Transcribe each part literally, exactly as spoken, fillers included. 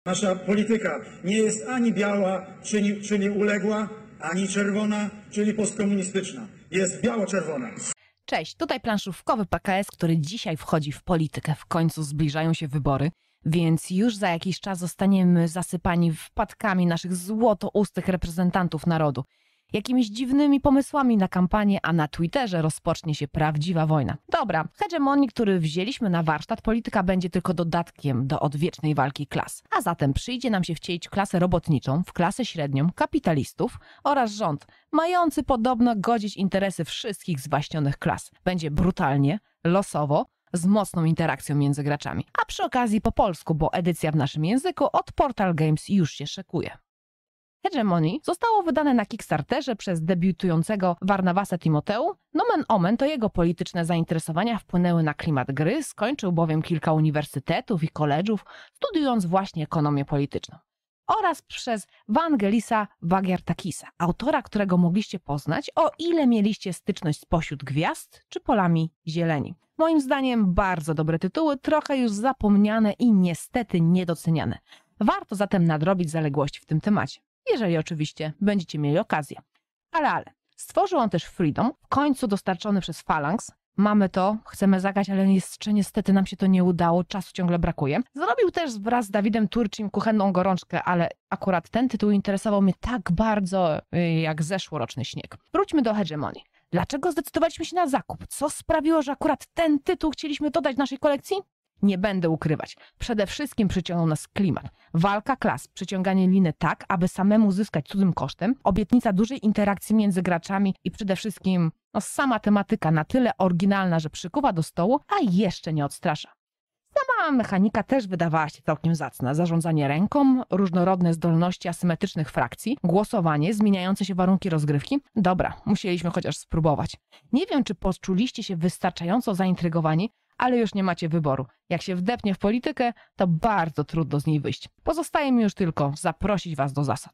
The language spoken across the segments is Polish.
Nasza polityka nie jest ani biała, czyli, czyli uległa, ani czerwona, czyli postkomunistyczna. Jest biało-czerwona. Cześć, tutaj planszówkowy P K S, który dzisiaj wchodzi w politykę. W końcu zbliżają się wybory, więc już za jakiś czas zostaniemy zasypani wpadkami naszych złotoustych reprezentantów narodu. Jakimiś dziwnymi pomysłami na kampanię, a na Twitterze rozpocznie się prawdziwa wojna. Dobra, hegemonii, który wzięliśmy na warsztat, polityka będzie tylko dodatkiem do odwiecznej walki klas. A zatem przyjdzie nam się wcielić w klasę robotniczą, w klasę średnią, kapitalistów oraz rząd, mający podobno godzić interesy wszystkich zwaśnionych klas. Będzie brutalnie, losowo, z mocną interakcją między graczami. A przy okazji po polsku, bo edycja w naszym języku od Portal Games już się szykuje. Hegemony zostało wydane na Kickstarterze przez debiutującego Varnavasa Timoteu. Nomen omen to jego polityczne zainteresowania wpłynęły na klimat gry, skończył bowiem kilka uniwersytetów i koledżów, studiując właśnie ekonomię polityczną. Oraz przez Vangelisa Vagiartakisa, autora, którego mogliście poznać, o ile mieliście styczność spośród gwiazd czy polami zieleni. Moim zdaniem bardzo dobre tytuły, trochę już zapomniane i niestety niedoceniane. Warto zatem nadrobić zaległości w tym temacie. Jeżeli oczywiście będziecie mieli okazję. Ale, ale. Stworzył on też Freedom, w końcu dostarczony przez Phalanx. Mamy to, chcemy zagrać, ale jeszcze niestety nam się to nie udało, czasu ciągle brakuje. Zrobił też wraz z Dawidem Turczym Kuchenną Gorączkę, ale akurat ten tytuł interesował mnie tak bardzo jak zeszłoroczny śnieg. Wróćmy do Hegemonii. Dlaczego zdecydowaliśmy się na zakup? Co sprawiło, że akurat ten tytuł chcieliśmy dodać naszej kolekcji? Nie będę ukrywać. Przede wszystkim przyciągnął nas klimat. Walka klas, przyciąganie liny tak, aby samemu zyskać cudzym kosztem, obietnica dużej interakcji między graczami i przede wszystkim no, sama tematyka na tyle oryginalna, że przykuwa do stołu, a jeszcze nie odstrasza. Sama mechanika też wydawała się całkiem zacna. Zarządzanie ręką, różnorodne zdolności asymetrycznych frakcji, głosowanie, zmieniające się warunki rozgrywki. Dobra, musieliśmy chociaż spróbować. Nie wiem, czy poczuliście się wystarczająco zaintrygowani, ale już nie macie wyboru. Jak się wdepnie w politykę, to bardzo trudno z niej wyjść. Pozostaje mi już tylko zaprosić was do zasad.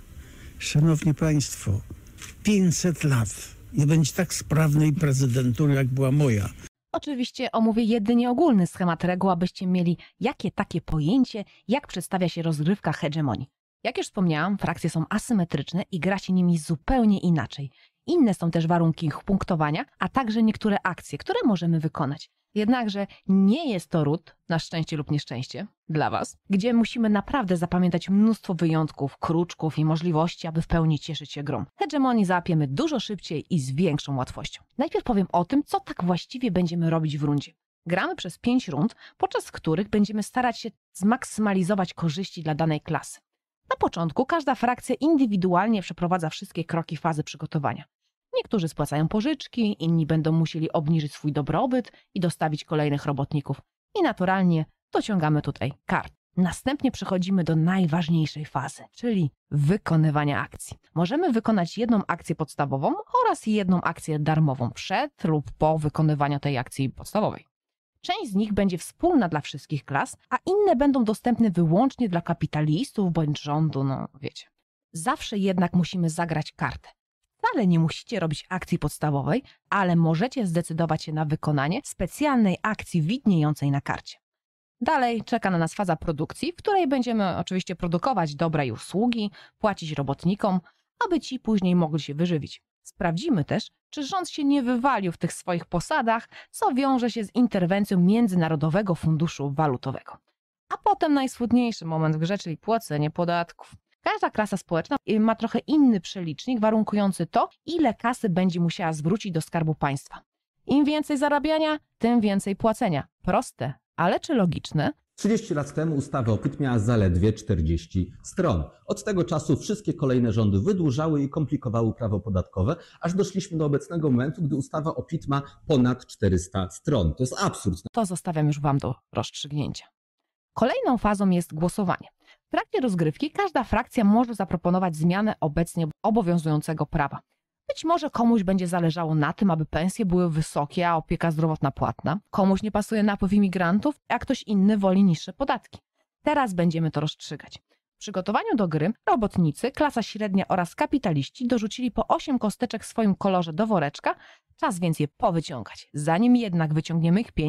Szanowni Państwo, pięćset lat nie będzie tak sprawnej prezydentury, jak była moja. Oczywiście omówię jedynie ogólny schemat reguł, abyście mieli jakie takie pojęcie, jak przedstawia się rozgrywka hegemonii. Jak już wspomniałam, frakcje są asymetryczne i gra się nimi zupełnie inaczej. Inne są też warunki ich punktowania, a także niektóre akcje, które możemy wykonać. Jednakże nie jest to ród, na szczęście lub nieszczęście, dla was, gdzie musimy naprawdę zapamiętać mnóstwo wyjątków, kruczków i możliwości, aby w pełni cieszyć się grą. Hegemonii załapiemy dużo szybciej i z większą łatwością. Najpierw powiem o tym, co tak właściwie będziemy robić w rundzie. Gramy przez pięć rund, podczas których będziemy starać się zmaksymalizować korzyści dla danej klasy. Na początku każda frakcja indywidualnie przeprowadza wszystkie kroki fazy przygotowania. Niektórzy spłacają pożyczki, inni będą musieli obniżyć swój dobrobyt i dostawić kolejnych robotników. I naturalnie dociągamy tutaj kart. Następnie przechodzimy do najważniejszej fazy, czyli wykonywania akcji. Możemy wykonać jedną akcję podstawową oraz jedną akcję darmową przed lub po wykonywaniu tej akcji podstawowej. Część z nich będzie wspólna dla wszystkich klas, a inne będą dostępne wyłącznie dla kapitalistów bądź rządu, no wiecie. Zawsze jednak musimy zagrać kartę. Wcale nie musicie robić akcji podstawowej, ale możecie zdecydować się na wykonanie specjalnej akcji widniejącej na karcie. Dalej czeka na nas faza produkcji, w której będziemy oczywiście produkować dobra i usługi, płacić robotnikom, aby ci później mogli się wyżywić. Sprawdzimy też, czy rząd się nie wywalił w tych swoich posadach, co wiąże się z interwencją Międzynarodowego Funduszu Walutowego. A potem najsmutniejszy moment w grze, czyli płacenie podatków. Każda klasa społeczna ma trochę inny przelicznik warunkujący to, ile kasy będzie musiała zwrócić do skarbu państwa. Im więcej zarabiania, tym więcej płacenia. Proste, ale czy logiczne? trzydzieści lat temu ustawa o P I T miała zaledwie czterdzieści stron. Od tego czasu wszystkie kolejne rządy wydłużały i komplikowały prawo podatkowe, aż doszliśmy do obecnego momentu, gdy ustawa o P I T ma ponad czterysta stron. To jest absurd. To zostawiam już wam do rozstrzygnięcia. Kolejną fazą jest głosowanie. W trakcie rozgrywki każda frakcja może zaproponować zmianę obecnie obowiązującego prawa. Być może komuś będzie zależało na tym, aby pensje były wysokie, a opieka zdrowotna płatna. Komuś nie pasuje napływ imigrantów, a ktoś inny woli niższe podatki. Teraz będziemy to rozstrzygać. W przygotowaniu do gry robotnicy, klasa średnia oraz kapitaliści dorzucili po osiem kosteczek w swoim kolorze do woreczka. Czas więc je powyciągać. Zanim jednak wyciągniemy ich pięć,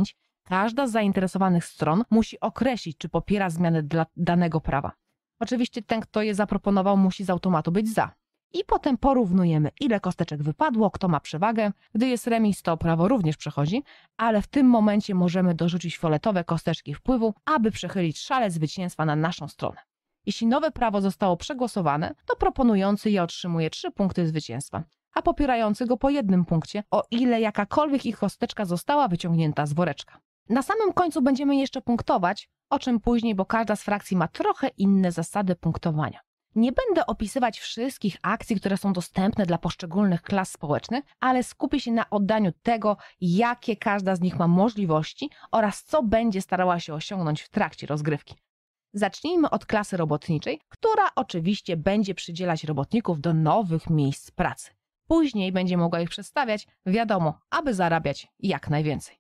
Każda z zainteresowanych stron musi określić, czy popiera zmiany dla danego prawa. Oczywiście ten, kto je zaproponował, musi z automatu być za. I potem porównujemy, ile kosteczek wypadło, kto ma przewagę. Gdy jest remis, to prawo również przechodzi, ale w tym momencie możemy dorzucić fioletowe kosteczki wpływu, aby przechylić szale zwycięstwa na naszą stronę. Jeśli nowe prawo zostało przegłosowane, to proponujący je otrzymuje trzy punkty zwycięstwa, a popierający go po jednym punkcie, o ile jakakolwiek ich kosteczka została wyciągnięta z woreczka. Na samym końcu będziemy jeszcze punktować, o czym później, bo każda z frakcji ma trochę inne zasady punktowania. Nie będę opisywać wszystkich akcji, które są dostępne dla poszczególnych klas społecznych, ale skupię się na oddaniu tego, jakie każda z nich ma możliwości oraz co będzie starała się osiągnąć w trakcie rozgrywki. Zacznijmy od klasy robotniczej, która oczywiście będzie przydzielać robotników do nowych miejsc pracy. Później będzie mogła ich przedstawiać, wiadomo, aby zarabiać jak najwięcej.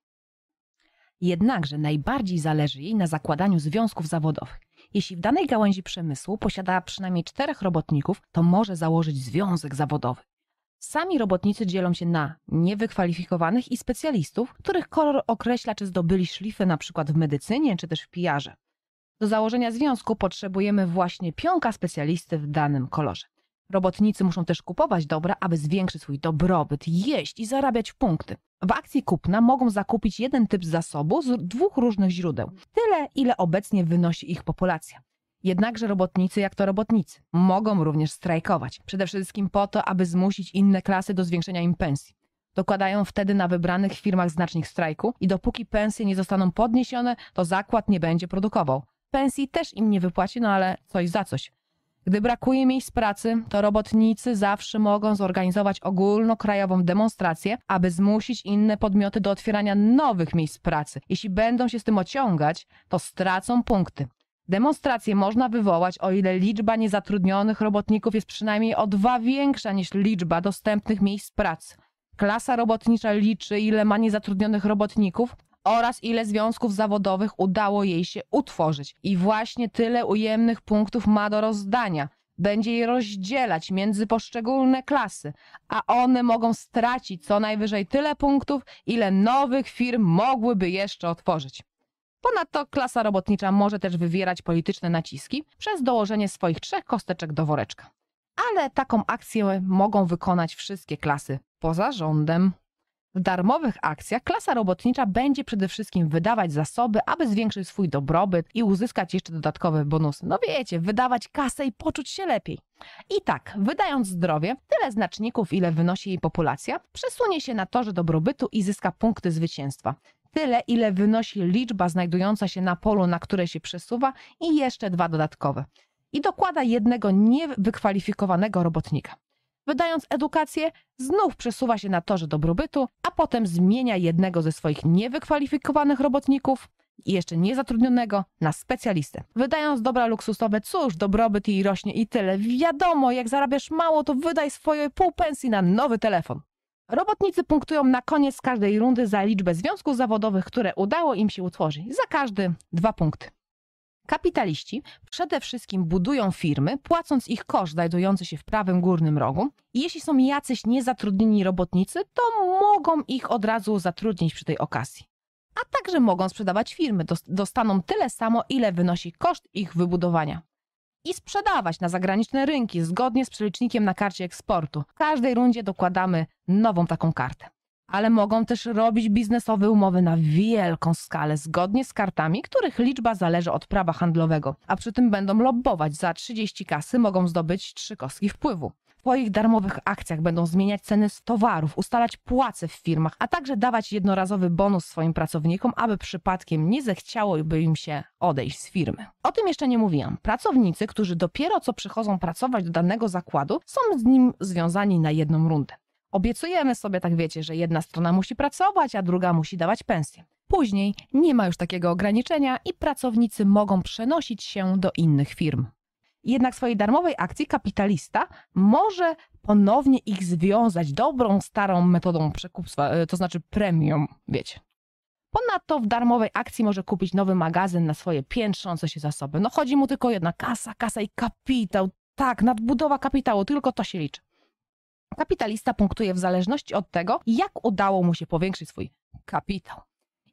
Jednakże najbardziej zależy jej na zakładaniu związków zawodowych. Jeśli w danej gałęzi przemysłu posiada przynajmniej czterech robotników, to może założyć związek zawodowy. Sami robotnicy dzielą się na niewykwalifikowanych i specjalistów, których kolor określa, czy zdobyli szlify na przykład w medycynie czy też w P R ze. Do założenia związku potrzebujemy właśnie pionka specjalisty w danym kolorze. Robotnicy muszą też kupować dobra, aby zwiększyć swój dobrobyt, jeść i zarabiać punkty. W akcji kupna mogą zakupić jeden typ zasobu z dwóch różnych źródeł. Tyle, ile obecnie wynosi ich populacja. Jednakże robotnicy, jak to robotnicy, mogą również strajkować. Przede wszystkim po to, aby zmusić inne klasy do zwiększenia im pensji. Dokładają wtedy na wybranych firmach znacznik strajku i dopóki pensje nie zostaną podniesione, to zakład nie będzie produkował. Pensji też im nie wypłaci, no ale coś za coś. Gdy brakuje miejsc pracy, to robotnicy zawsze mogą zorganizować ogólnokrajową demonstrację, aby zmusić inne podmioty do otwierania nowych miejsc pracy. Jeśli będą się z tym ociągać, to stracą punkty. Demonstrację można wywołać, o ile liczba niezatrudnionych robotników jest przynajmniej o dwa większa niż liczba dostępnych miejsc pracy. Klasa robotnicza liczy, ile ma niezatrudnionych robotników oraz ile związków zawodowych udało jej się utworzyć. I właśnie tyle ujemnych punktów ma do rozdania. Będzie je rozdzielać między poszczególne klasy, a one mogą stracić co najwyżej tyle punktów, ile nowych firm mogłyby jeszcze otworzyć. Ponadto klasa robotnicza może też wywierać polityczne naciski przez dołożenie swoich trzech kosteczek do woreczka. Ale taką akcję mogą wykonać wszystkie klasy poza rządem. W darmowych akcjach klasa robotnicza będzie przede wszystkim wydawać zasoby, aby zwiększyć swój dobrobyt i uzyskać jeszcze dodatkowe bonusy. No wiecie, wydawać kasę i poczuć się lepiej. I tak, wydając zdrowie, tyle znaczników, ile wynosi jej populacja, przesunie się na torze dobrobytu i zyska punkty zwycięstwa. Tyle, ile wynosi liczba znajdująca się na polu, na które się przesuwa i jeszcze dwa dodatkowe. I dokłada jednego niewykwalifikowanego robotnika. Wydając edukację, znów przesuwa się na torze dobrobytu, a potem zmienia jednego ze swoich niewykwalifikowanych robotników i jeszcze niezatrudnionego na specjalistę. Wydając dobra luksusowe, cóż, dobrobyt jej rośnie i tyle. Wiadomo, jak zarabiasz mało, to wydaj swoje pół pensji na nowy telefon. Robotnicy punktują na koniec każdej rundy za liczbę związków zawodowych, które udało im się utworzyć. Za każdy dwa punkty. Kapitaliści przede wszystkim budują firmy, płacąc ich koszt znajdujący się w prawym górnym rogu. I jeśli są jacyś niezatrudnieni robotnicy, to mogą ich od razu zatrudnić przy tej okazji. A także mogą sprzedawać firmy, dostaną tyle samo, ile wynosi koszt ich wybudowania. I sprzedawać na zagraniczne rynki zgodnie z przelicznikiem na karcie eksportu. W każdej rundzie dokładamy nową taką kartę. Ale mogą też robić biznesowe umowy na wielką skalę, zgodnie z kartami, których liczba zależy od prawa handlowego, a przy tym będą lobbować. Za trzydzieści kasy mogą zdobyć trzy kostki wpływu. W swoich darmowych akcjach będą zmieniać ceny towarów, ustalać płace w firmach, a także dawać jednorazowy bonus swoim pracownikom, aby przypadkiem nie zechciałoby im się odejść z firmy. O tym jeszcze nie mówiłam. Pracownicy, którzy dopiero co przychodzą pracować do danego zakładu, są z nim związani na jedną rundę. Obiecujemy sobie, tak wiecie, że jedna strona musi pracować, a druga musi dawać pensję. Później nie ma już takiego ograniczenia i pracownicy mogą przenosić się do innych firm. Jednak w swojej darmowej akcji kapitalista może ponownie ich związać dobrą, starą metodą przekupstwa, to znaczy premium, wiecie. Ponadto w darmowej akcji może kupić nowy magazyn na swoje piętrzące się zasoby. No chodzi mu tylko o jedna kasa, kasa i kapitał. Tak, nadbudowa kapitału, tylko to się liczy. Kapitalista punktuje w zależności od tego, jak udało mu się powiększyć swój kapitał.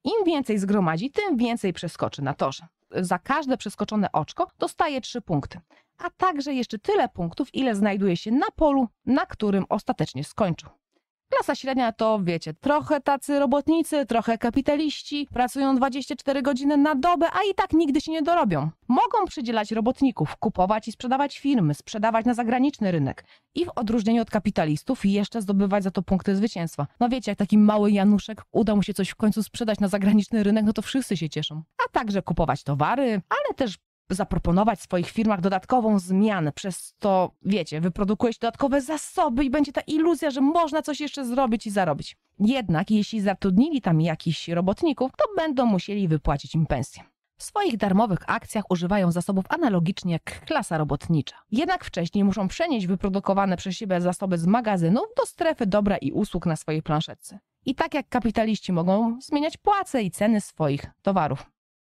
Im więcej zgromadzi, tym więcej przeskoczy na torze. Za każde przeskoczone oczko dostaje trzy punkty, a także jeszcze tyle punktów, ile znajduje się na polu, na którym ostatecznie skończył. Klasa średnia to, wiecie, trochę tacy robotnicy, trochę kapitaliści, pracują dwadzieścia cztery godziny na dobę, a i tak nigdy się nie dorobią. Mogą przydzielać robotników, kupować i sprzedawać firmy, sprzedawać na zagraniczny rynek i w odróżnieniu od kapitalistów jeszcze zdobywać za to punkty zwycięstwa. No wiecie, jak taki mały Januszek uda mu się coś w końcu sprzedać na zagraniczny rynek, no to wszyscy się cieszą. A także kupować towary, ale też zaproponować w swoich firmach dodatkową zmianę, przez to, wiecie, wyprodukuje się dodatkowe zasoby i będzie ta iluzja, że można coś jeszcze zrobić i zarobić. Jednak jeśli zatrudnili tam jakichś robotników, to będą musieli wypłacić im pensję. W swoich darmowych akcjach używają zasobów analogicznie jak klasa robotnicza. Jednak wcześniej muszą przenieść wyprodukowane przez siebie zasoby z magazynów do strefy dobra i usług na swojej planszetce. I tak jak kapitaliści mogą zmieniać płace i ceny swoich towarów.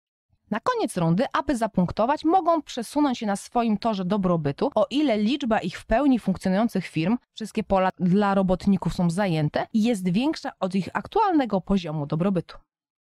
Na koniec rundy, aby zapunktować, mogą przesunąć się na swoim torze dobrobytu, o ile liczba ich w pełni funkcjonujących firm, wszystkie pola dla robotników są zajęte i jest większa od ich aktualnego poziomu dobrobytu.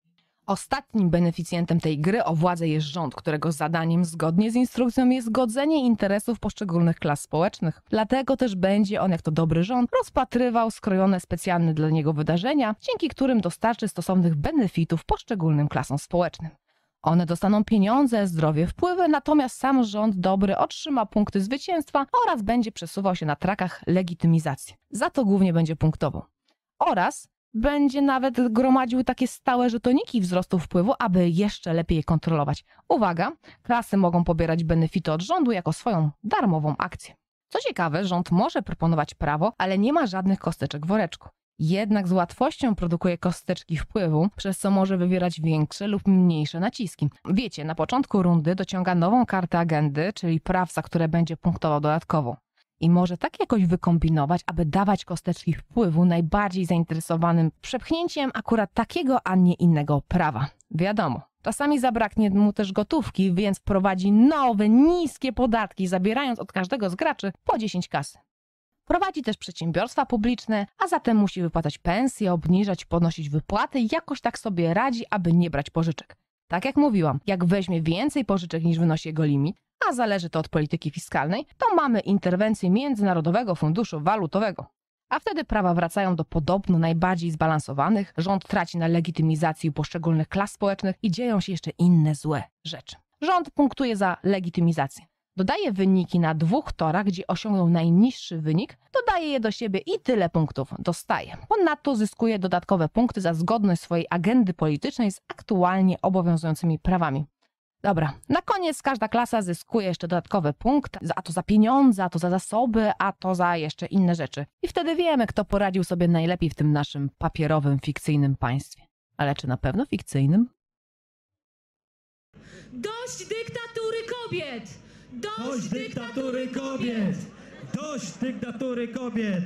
Ostatnim beneficjentem tej gry o władzę jest rząd, którego zadaniem zgodnie z instrukcją jest godzenie interesów poszczególnych klas społecznych. Dlatego też będzie on, jak to dobry rząd, rozpatrywał skrojone specjalne dla niego wydarzenia, dzięki którym dostarczy stosownych benefitów poszczególnym klasom społecznym. One dostaną pieniądze, zdrowie, wpływy, natomiast sam rząd dobry otrzyma punkty zwycięstwa oraz będzie przesuwał się na trakach legitymizacji. Za to głównie będzie punktował. Oraz będzie nawet gromadził takie stałe żetoniki wzrostu wpływu, aby jeszcze lepiej je kontrolować. Uwaga, klasy mogą pobierać benefity od rządu jako swoją darmową akcję. Co ciekawe, rząd może proponować prawo, ale nie ma żadnych kosteczek w woreczku. Jednak z łatwością produkuje kosteczki wpływu, przez co może wywierać większe lub mniejsze naciski. Wiecie, na początku rundy dociąga nową kartę agendy, czyli praw, za które będzie punktował dodatkowo. I może tak jakoś wykombinować, aby dawać kosteczki wpływu najbardziej zainteresowanym przepchnięciem akurat takiego, a nie innego prawa. Wiadomo, czasami zabraknie mu też gotówki, więc wprowadzi nowe, niskie podatki, zabierając od każdego z graczy po dziesięć kasy. Prowadzi też przedsiębiorstwa publiczne, a zatem musi wypłacać pensje, obniżać, podnosić wypłaty i jakoś tak sobie radzi, aby nie brać pożyczek. Tak jak mówiłam, jak weźmie więcej pożyczek niż wynosi jego limit, a zależy to od polityki fiskalnej, to mamy interwencję Międzynarodowego Funduszu Walutowego. A wtedy prawa wracają do podobno najbardziej zbalansowanych, rząd traci na legitymizacji poszczególnych klas społecznych i dzieją się jeszcze inne złe rzeczy. Rząd punktuje za legitymizację. Dodaje wyniki na dwóch torach, gdzie osiągnął najniższy wynik, dodaje je do siebie i tyle punktów dostaje. Ponadto zyskuje dodatkowe punkty za zgodność swojej agendy politycznej z aktualnie obowiązującymi prawami. Dobra, na koniec każda klasa zyskuje jeszcze dodatkowe punkty, a to za pieniądze, a to za zasoby, a to za jeszcze inne rzeczy. I wtedy wiemy, kto poradził sobie najlepiej w tym naszym papierowym, fikcyjnym państwie. Ale czy na pewno fikcyjnym? Dość dyktatury kobiet! Dość, Dość dyktatury kobiet! Dość dyktatury kobiet!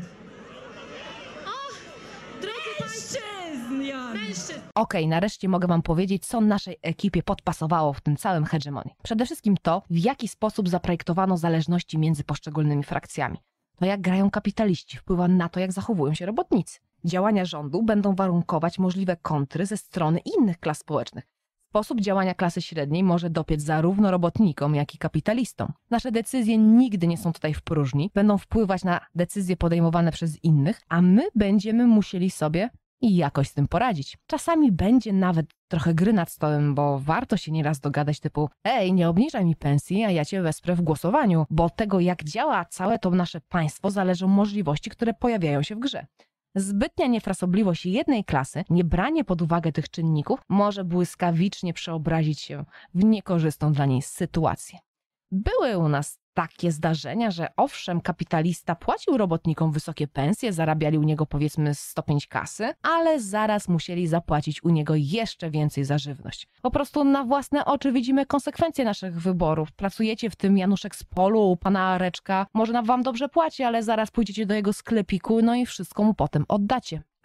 Drodzy Mężczyzn, Jan! mężczyzn! Okej, nareszcie mogę wam powiedzieć, co naszej ekipie podpasowało w tym całym hegemonii. Przede wszystkim to, w jaki sposób zaprojektowano zależności między poszczególnymi frakcjami. To, jak grają kapitaliści, wpływa na to, jak zachowują się robotnicy. Działania rządu będą warunkować możliwe kontry ze strony innych klas społecznych. Sposób działania klasy średniej może dopiec zarówno robotnikom, jak i kapitalistom. Nasze decyzje nigdy nie są tutaj w próżni, będą wpływać na decyzje podejmowane przez innych, a my będziemy musieli sobie i jakoś z tym poradzić. Czasami będzie nawet trochę gry nad stołem, bo warto się nieraz dogadać typu ej, nie obniżaj mi pensji, a ja cię wesprę w głosowaniu, bo od tego, jak działa całe to nasze państwo, zależą możliwości, które pojawiają się w grze. Zbytnia niefrasobliwość jednej klasy, niebranie pod uwagę tych czynników może błyskawicznie przeobrazić się w niekorzystną dla niej sytuację. Były u nas takie zdarzenia, że owszem, kapitalista płacił robotnikom wysokie pensje, zarabiali u niego powiedzmy sto pięć kasy, ale zaraz musieli zapłacić u niego jeszcze więcej za żywność. Po prostu na własne oczy widzimy konsekwencje naszych wyborów. Pracujecie w tym Januszek z polu u pana Areczka, może wam dobrze płaci, ale zaraz pójdziecie do jego sklepiku, no i wszystko mu potem oddacie. Ale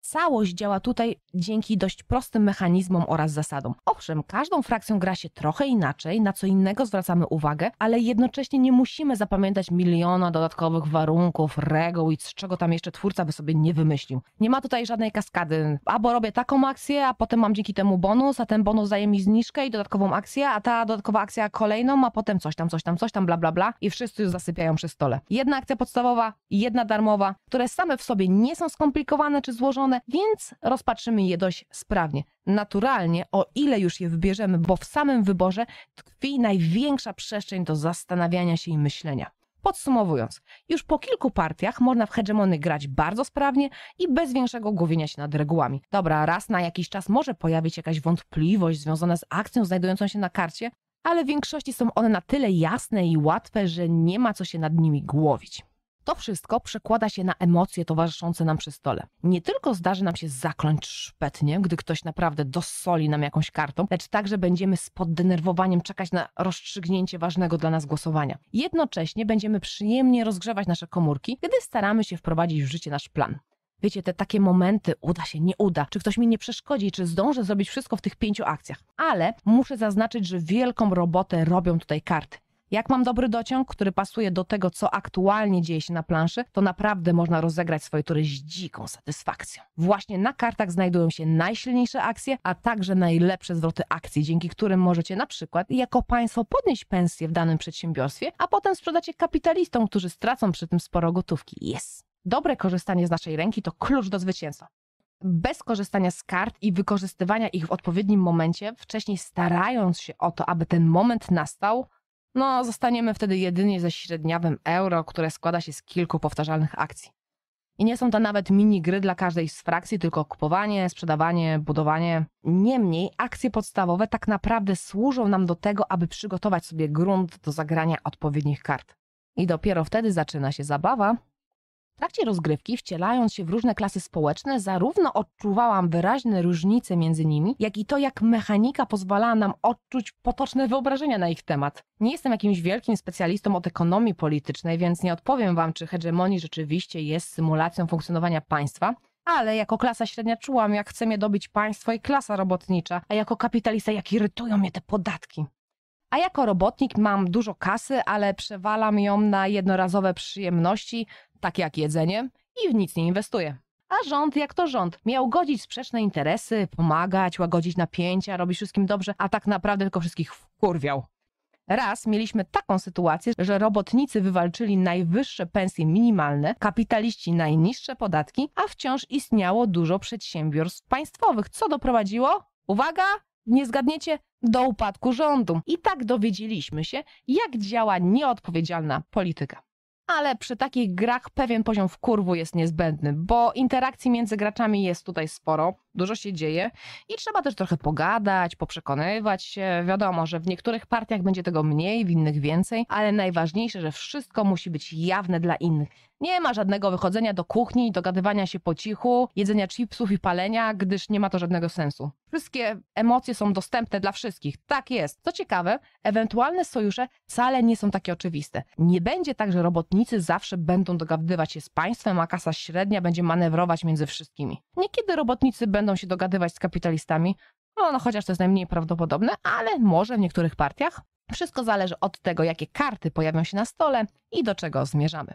Całość działa tutaj dzięki dość prostym mechanizmom oraz zasadom. Owszem, każdą frakcją gra się trochę inaczej, na co innego zwracamy uwagę, ale jednocześnie nie musimy zapamiętać miliona dodatkowych warunków, reguł i z czego tam jeszcze twórca by sobie nie wymyślił. Nie ma tutaj żadnej kaskady. Albo robię taką akcję, a potem mam dzięki temu bonus, a ten bonus daje mi zniżkę i dodatkową akcję, a ta dodatkowa akcja kolejną, a potem coś tam, coś tam, coś tam, bla, bla, bla i wszyscy już zasypiają przy stole. Jedna akcja podstawowa, jedna darmowa, które same w sobie nie są skomplikowane czy złożone, więc rozpatrzymy je dość sprawnie. Naturalnie, o ile już je wybierzemy, bo w samym wyborze tkwi największa przestrzeń do zastanawiania się i myślenia. Podsumowując, już po kilku partiach można w hegemony grać bardzo sprawnie i bez większego głowienia się nad regułami. Dobra, raz na jakiś czas może pojawić jakaś wątpliwość związana z akcją znajdującą się na karcie, ale w większości są one na tyle jasne i łatwe, że nie ma co się nad nimi głowić. To wszystko przekłada się na emocje towarzyszące nam przy stole. Nie tylko zdarzy nam się zakląć szpetnie, gdy ktoś naprawdę dosoli nam jakąś kartą, lecz także będziemy z poddenerwowaniem czekać na rozstrzygnięcie ważnego dla nas głosowania. Jednocześnie będziemy przyjemnie rozgrzewać nasze komórki, gdy staramy się wprowadzić w życie nasz plan. Wiecie, te takie momenty, uda się, nie uda, czy ktoś mi nie przeszkodzi, czy zdążę zrobić wszystko w tych pięciu akcjach. Ale muszę zaznaczyć, że wielką robotę robią tutaj karty. Jak mam dobry dociąg, który pasuje do tego, co aktualnie dzieje się na planszy, to naprawdę można rozegrać swoje tury z dziką satysfakcją. Właśnie na kartach znajdują się najsilniejsze akcje, a także najlepsze zwroty akcji, dzięki którym możecie na przykład jako państwo podnieść pensję w danym przedsiębiorstwie, a potem sprzedać je kapitalistom, którzy stracą przy tym sporo gotówki. Yes! Dobre korzystanie z naszej ręki to klucz do zwycięstwa. Bez korzystania z kart i wykorzystywania ich w odpowiednim momencie, wcześniej starając się o to, aby ten moment nastał, no zostaniemy wtedy jedynie ze średniawym euro, które składa się z kilku powtarzalnych akcji. I nie są to nawet mini gry dla każdej z frakcji, tylko kupowanie, sprzedawanie, budowanie. Niemniej akcje podstawowe tak naprawdę służą nam do tego, aby przygotować sobie grunt do zagrania odpowiednich kart. I dopiero wtedy zaczyna się zabawa. W trakcie rozgrywki, wcielając się w różne klasy społeczne, zarówno odczuwałam wyraźne różnice między nimi, jak i to, jak mechanika pozwalała nam odczuć potoczne wyobrażenia na ich temat. Nie jestem jakimś wielkim specjalistą od ekonomii politycznej, więc nie odpowiem wam, czy hegemonii rzeczywiście jest symulacją funkcjonowania państwa, ale jako klasa średnia czułam, jak chce mnie dobić państwo i klasa robotnicza, a jako kapitalista, jak irytują mnie te podatki. A jako robotnik mam dużo kasy, ale przewalam ją na jednorazowe przyjemności, takie jak jedzenie, i w nic nie inwestuję. A rząd, jak to rząd, miał godzić sprzeczne interesy, pomagać, łagodzić napięcia, robić wszystkim dobrze, a tak naprawdę tylko wszystkich wkurwiał. Raz mieliśmy taką sytuację, że robotnicy wywalczyli najwyższe pensje minimalne, kapitaliści najniższe podatki, a wciąż istniało dużo przedsiębiorstw państwowych, co doprowadziło, uwaga, nie zgadniecie, do upadku rządu. I tak dowiedzieliśmy się, jak działa nieodpowiedzialna polityka. Ale przy takich grach pewien poziom wkurwu jest niezbędny, bo interakcji między graczami jest tutaj sporo, dużo się dzieje i trzeba też trochę pogadać, poprzekonywać się. Wiadomo, że w niektórych partiach będzie tego mniej, w innych więcej, ale najważniejsze, że wszystko musi być jawne dla innych. Nie ma żadnego wychodzenia do kuchni, dogadywania się po cichu, jedzenia chipsów i palenia, gdyż nie ma to żadnego sensu. Wszystkie emocje są dostępne dla wszystkich. Tak jest. Co ciekawe, ewentualne sojusze wcale nie są takie oczywiste. Nie będzie tak, że robotnicy zawsze będą dogadywać się z państwem, a klasa średnia będzie manewrować między wszystkimi. Niekiedy robotnicy będą się dogadywać z kapitalistami, no, no chociaż to jest najmniej prawdopodobne, ale może w niektórych partiach. Wszystko zależy od tego, jakie karty pojawią się na stole i do czego zmierzamy.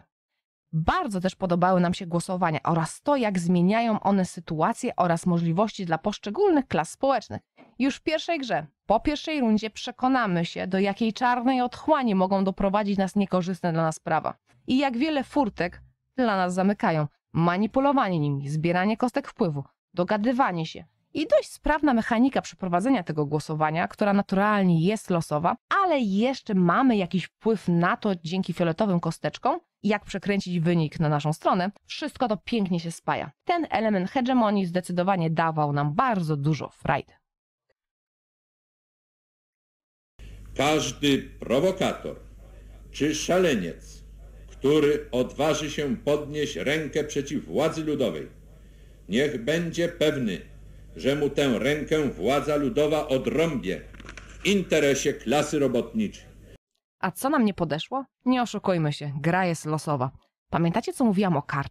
Bardzo też podobały nam się głosowania oraz to, jak zmieniają one sytuację oraz możliwości dla poszczególnych klas społecznych. Już w pierwszej grze, po pierwszej rundzie przekonamy się, do jakiej czarnej otchłani mogą doprowadzić nas niekorzystne dla nas prawa. I jak wiele furtek dla nas zamykają. Manipulowanie nimi, zbieranie kostek wpływu, dogadywanie się i dość sprawna mechanika przeprowadzenia tego głosowania, która naturalnie jest losowa, ale jeszcze mamy jakiś wpływ na to dzięki fioletowym kosteczkom, jak przekręcić wynik na naszą stronę. Wszystko to pięknie się spaja. Ten element hegemonii zdecydowanie dawał nam bardzo dużo frajdy. Każdy prowokator czy szaleniec, który odważy się podnieść rękę przeciw władzy ludowej, niech będzie pewny, że mu tę rękę władza ludowa odrąbie w interesie klasy robotniczej. A co nam nie podeszło? Nie oszukujmy się, gra jest losowa. Pamiętacie, co mówiłam o kartach?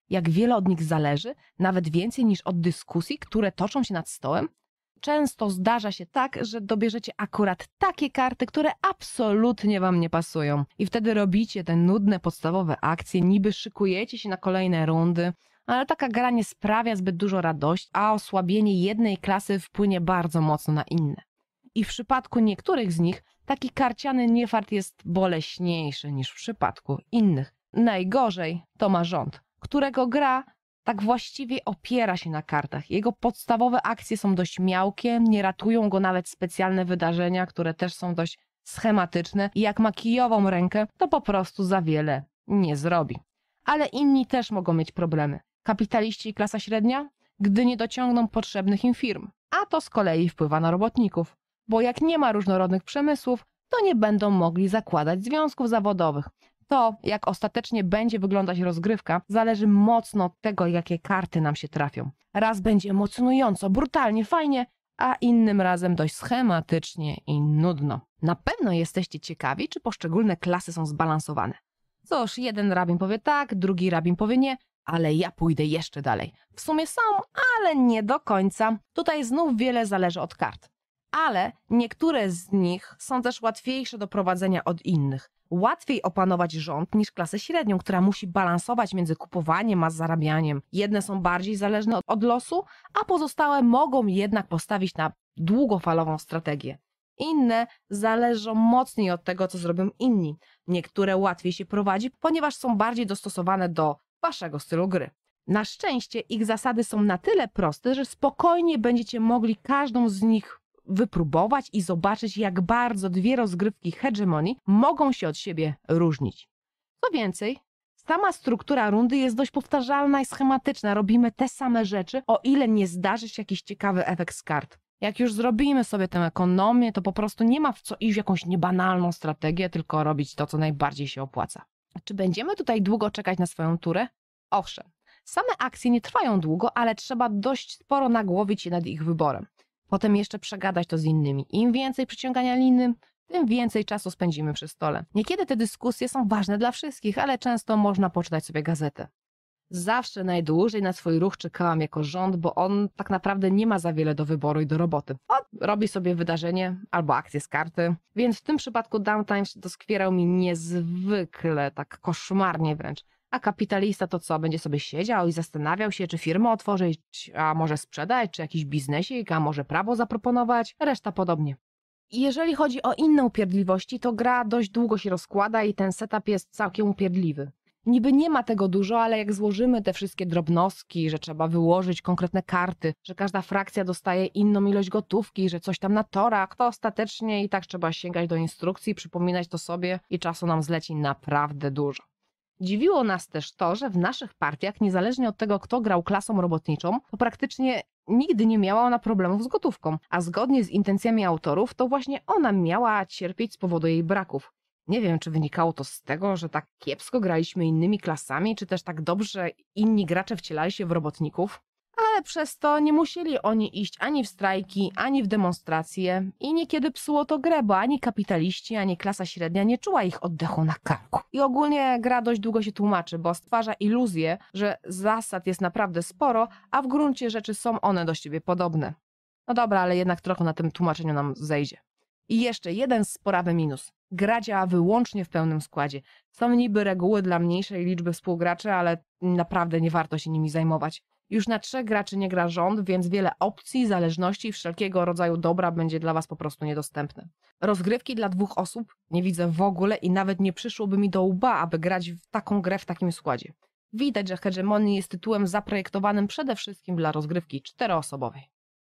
jak wiele od nich zależy, nawet więcej niż od dyskusji, które toczą się nad stołem? Często zdarza się tak, że dobierzecie akurat takie karty, które absolutnie wam nie pasują. I wtedy robicie te nudne, podstawowe akcje, niby szykujecie się na kolejne rundy, ale taka gra nie sprawia zbyt dużo radości, a osłabienie jednej klasy wpłynie bardzo mocno na inne. I w przypadku niektórych z nich taki karciany niefart jest boleśniejszy niż w przypadku innych. Najgorzej to ma rząd, którego gra tak właściwie opiera się na kartach. Jego podstawowe akcje są dość miałkie, nie ratują go nawet specjalne wydarzenia, które też są dość schematyczne i jak ma kijową rękę, to po prostu za wiele nie zrobi. Ale inni też mogą mieć problemy. Kapitaliści i klasa średnia, gdy nie dociągną potrzebnych im firm, a to z kolei wpływa na robotników, bo jak nie ma różnorodnych przemysłów, to nie będą mogli zakładać związków zawodowych. To, jak ostatecznie będzie wyglądać rozgrywka, zależy mocno od tego, jakie karty nam się trafią. Raz będzie emocjonująco, brutalnie, fajnie, a innym razem dość schematycznie i nudno. Na pewno jesteście ciekawi, czy poszczególne klasy są zbalansowane. Cóż, jeden rabin powie tak, drugi rabin powie nie, ale ja pójdę jeszcze dalej. W sumie są, ale nie do końca. Tutaj znów wiele zależy od kart. Ale niektóre z nich są też łatwiejsze do prowadzenia od innych. Łatwiej opanować rząd niż klasę średnią, która musi balansować między kupowaniem a zarabianiem. Jedne są bardziej zależne od losu, a pozostałe mogą jednak postawić na długofalową strategię. Inne zależą mocniej od tego, co zrobią inni. Niektóre łatwiej się prowadzi, ponieważ są bardziej dostosowane do waszego stylu gry. Na szczęście ich zasady są na tyle proste, że spokojnie będziecie mogli każdą z nich wypróbować i zobaczyć, jak bardzo dwie rozgrywki hegemonii mogą się od siebie różnić. Co więcej, sama struktura rundy jest dość powtarzalna i schematyczna. Robimy te same rzeczy, o ile nie zdarzy się jakiś ciekawy efekt z kart. Jak już zrobimy sobie tę ekonomię, to po prostu nie ma w co iść w jakąś niebanalną strategię, tylko robić to, co najbardziej się opłaca. Czy będziemy tutaj długo czekać na swoją turę? Owszem, same akcje nie trwają długo, ale trzeba dość sporo nagłowić się nad ich wyborem. Potem jeszcze przegadać to z innymi. Im więcej przyciągania liny, tym więcej czasu spędzimy przy stole. Niekiedy te dyskusje są ważne dla wszystkich, ale często można poczytać sobie gazetę. Zawsze najdłużej na swój ruch czekałam jako rząd, bo on tak naprawdę nie ma za wiele do wyboru i do roboty. On robi sobie wydarzenie albo akcję z karty, więc w tym przypadku downtime doskwierał mi niezwykle, tak koszmarnie wręcz. A kapitalista to co, będzie sobie siedział i zastanawiał się, czy firmę otworzyć, a może sprzedać, czy jakiś biznesik, a może prawo zaproponować, reszta podobnie. Jeżeli chodzi o inne upierdliwości, to gra dość długo się rozkłada i ten setup jest całkiem upierdliwy. Niby nie ma tego dużo, ale jak złożymy te wszystkie drobnostki, że trzeba wyłożyć konkretne karty, że każda frakcja dostaje inną ilość gotówki, że coś tam na torach, to ostatecznie i tak trzeba sięgać do instrukcji, przypominać to sobie i czasu nam zleci naprawdę dużo. Dziwiło nas też to, że w naszych partiach, niezależnie od tego, kto grał klasą robotniczą, to praktycznie nigdy nie miała ona problemów z gotówką, a zgodnie z intencjami autorów, to właśnie ona miała cierpieć z powodu jej braków. Nie wiem, czy wynikało to z tego, że tak kiepsko graliśmy innymi klasami, czy też tak dobrze inni gracze wcielali się w robotników, ale przez to nie musieli oni iść ani w strajki, ani w demonstracje i niekiedy psuło to grę, bo ani kapitaliści, ani klasa średnia nie czuła ich oddechu na karku. I ogólnie gra dość długo się tłumaczy, bo stwarza iluzję, że zasad jest naprawdę sporo, a w gruncie rzeczy są one do siebie podobne. No dobra, ale jednak trochę na tym tłumaczeniu nam zejdzie. I jeszcze jeden sporawy minus. Gra działa wyłącznie w pełnym składzie. Są niby reguły dla mniejszej liczby współgraczy, ale naprawdę nie warto się nimi zajmować. Już na trzech graczy nie gra rząd, więc wiele opcji, zależności i wszelkiego rodzaju dobra będzie dla was po prostu niedostępne. Rozgrywki dla dwóch osób nie widzę w ogóle i nawet nie przyszłoby mi do łba, aby grać w taką grę w takim składzie. Widać, że Hegemonia jest tytułem zaprojektowanym przede wszystkim dla rozgrywki czteroosobowej.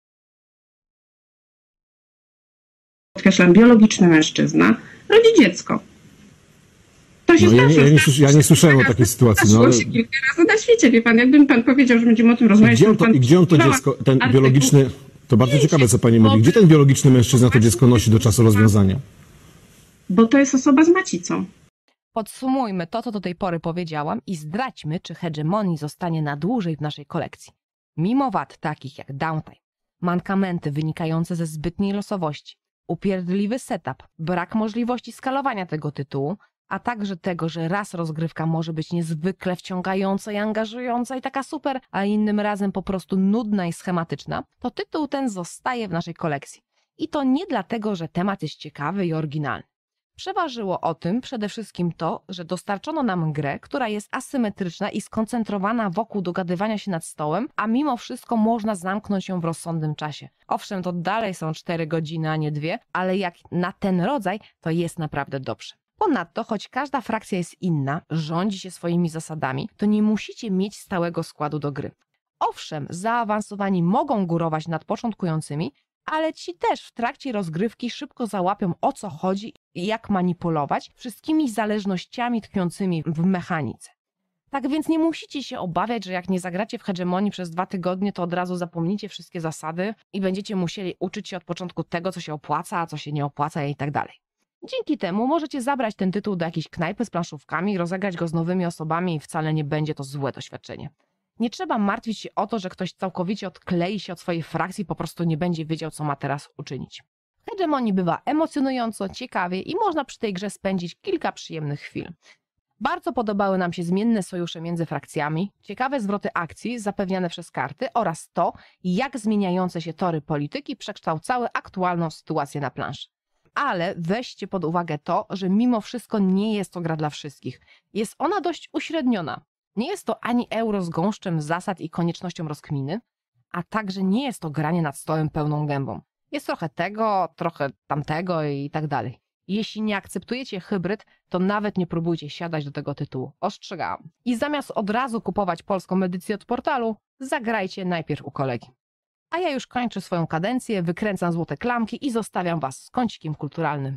Podkreślam, biologiczny mężczyzna rodzi dziecko. To się No, ja, zdarza. ja, nie, ja nie słyszałem o takiej sytuacji. No, Zdarzyło się kilka razy na świecie, wie pan. Jakby mi pan powiedział, że będziemy o tym I rozmawiać... gdzie on to, pan i gdzie on to czytała dziecko, ten artykuł. biologiczny, to bardzo ciekawe, co pani mówi. Gdzie ten biologiczny mężczyzna to dziecko nosi do czasu rozwiązania? Bo to jest osoba z macicą. Podsumujmy to, co do tej pory powiedziałam i zdradźmy, czy Hegemonii zostanie na dłużej w naszej kolekcji. Mimo wad takich jak downtime, mankamenty wynikające ze zbytniej losowości, upierdliwy setup, brak możliwości skalowania tego tytułu, a także tego, że raz rozgrywka może być niezwykle wciągająca i angażująca i taka super, a innym razem po prostu nudna i schematyczna, to tytuł ten zostaje w naszej kolekcji. I to nie dlatego, że temat jest ciekawy i oryginalny. Przeważyło o tym przede wszystkim to, że dostarczono nam grę, która jest asymetryczna i skoncentrowana wokół dogadywania się nad stołem, a mimo wszystko można zamknąć ją w rozsądnym czasie. Owszem, to dalej są cztery godziny, a nie dwie, ale jak na ten rodzaj, to jest naprawdę dobrze. Ponadto, choć każda frakcja jest inna, rządzi się swoimi zasadami, to nie musicie mieć stałego składu do gry. Owszem, zaawansowani mogą górować nad początkującymi, ale ci też w trakcie rozgrywki szybko załapią, o co chodzi i jak manipulować wszystkimi zależnościami tkwiącymi w mechanice. Tak więc nie musicie się obawiać, że jak nie zagracie w hegemonii przez dwa tygodnie, to od razu zapomnicie wszystkie zasady i będziecie musieli uczyć się od początku tego, co się opłaca, a co się nie opłaca i tak dalej. Dzięki temu możecie zabrać ten tytuł do jakiejś knajpy z planszówkami, rozegrać go z nowymi osobami i wcale nie będzie to złe doświadczenie. Nie trzeba martwić się o to, że ktoś całkowicie odklei się od swojej frakcji i po prostu nie będzie wiedział, co ma teraz uczynić. W hegemonii bywa emocjonująco, ciekawie i można przy tej grze spędzić kilka przyjemnych chwil. Bardzo podobały nam się zmienne sojusze między frakcjami, ciekawe zwroty akcji zapewniane przez karty oraz to, jak zmieniające się tory polityki przekształcały aktualną sytuację na planszy. Ale weźcie pod uwagę to, że mimo wszystko nie jest to gra dla wszystkich. Jest ona dość uśredniona. Nie jest to ani euro z gąszczem zasad i koniecznością rozkminy, a także nie jest to granie nad stołem pełną gębą. Jest trochę tego, trochę tamtego i tak dalej. Jeśli nie akceptujecie hybryd, to nawet nie próbujcie siadać do tego tytułu. Ostrzegałam. I zamiast od razu kupować polską edycję od portalu, zagrajcie najpierw u kolegi. A ja już kończę swoją kadencję, wykręcam złote klamki i zostawiam was z kącikiem kulturalnym.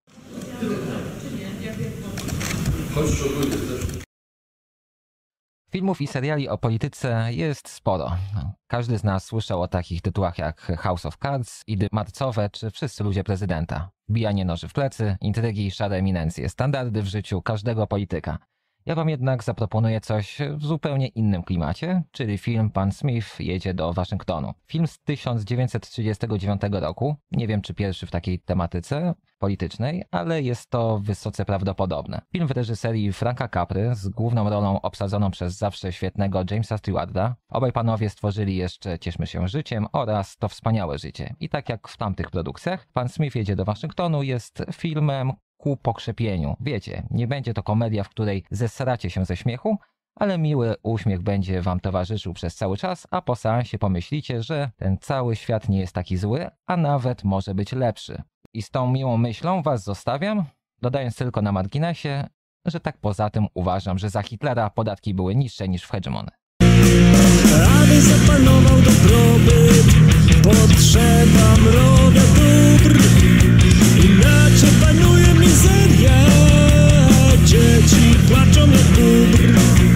Filmów i seriali o polityce jest sporo. Każdy z nas słyszał o takich tytułach jak House of Cards, Idy marcowe czy Wszyscy ludzie prezydenta. Bijanie noży w plecy, intrygi, szare eminencje, standardy w życiu każdego polityka. Ja wam jednak zaproponuję coś w zupełnie innym klimacie, czyli film Pan Smith jedzie do Waszyngtonu. Film z tysiąc dziewięćset trzydziestego dziewiątego roku, nie wiem czy pierwszy w takiej tematyce politycznej, ale jest to wysoce prawdopodobne. Film w reżyserii Franka Capry z główną rolą obsadzoną przez zawsze świetnego Jamesa Stewarda. Obaj panowie stworzyli jeszcze Cieszmy się życiem oraz To wspaniałe życie. I tak jak w tamtych produkcjach, Pan Smith jedzie do Waszyngtonu jest filmem ku pokrzepieniu. Wiecie, nie będzie to komedia, w której zesracie się ze śmiechu, ale miły uśmiech będzie wam towarzyszył przez cały czas, a po seansie pomyślicie, że ten cały świat nie jest taki zły, a nawet może być lepszy. I z tą miłą myślą was zostawiam, dodając tylko na marginesie, że tak poza tym uważam, że za Hitlera podatki były niższe niż w hegemony.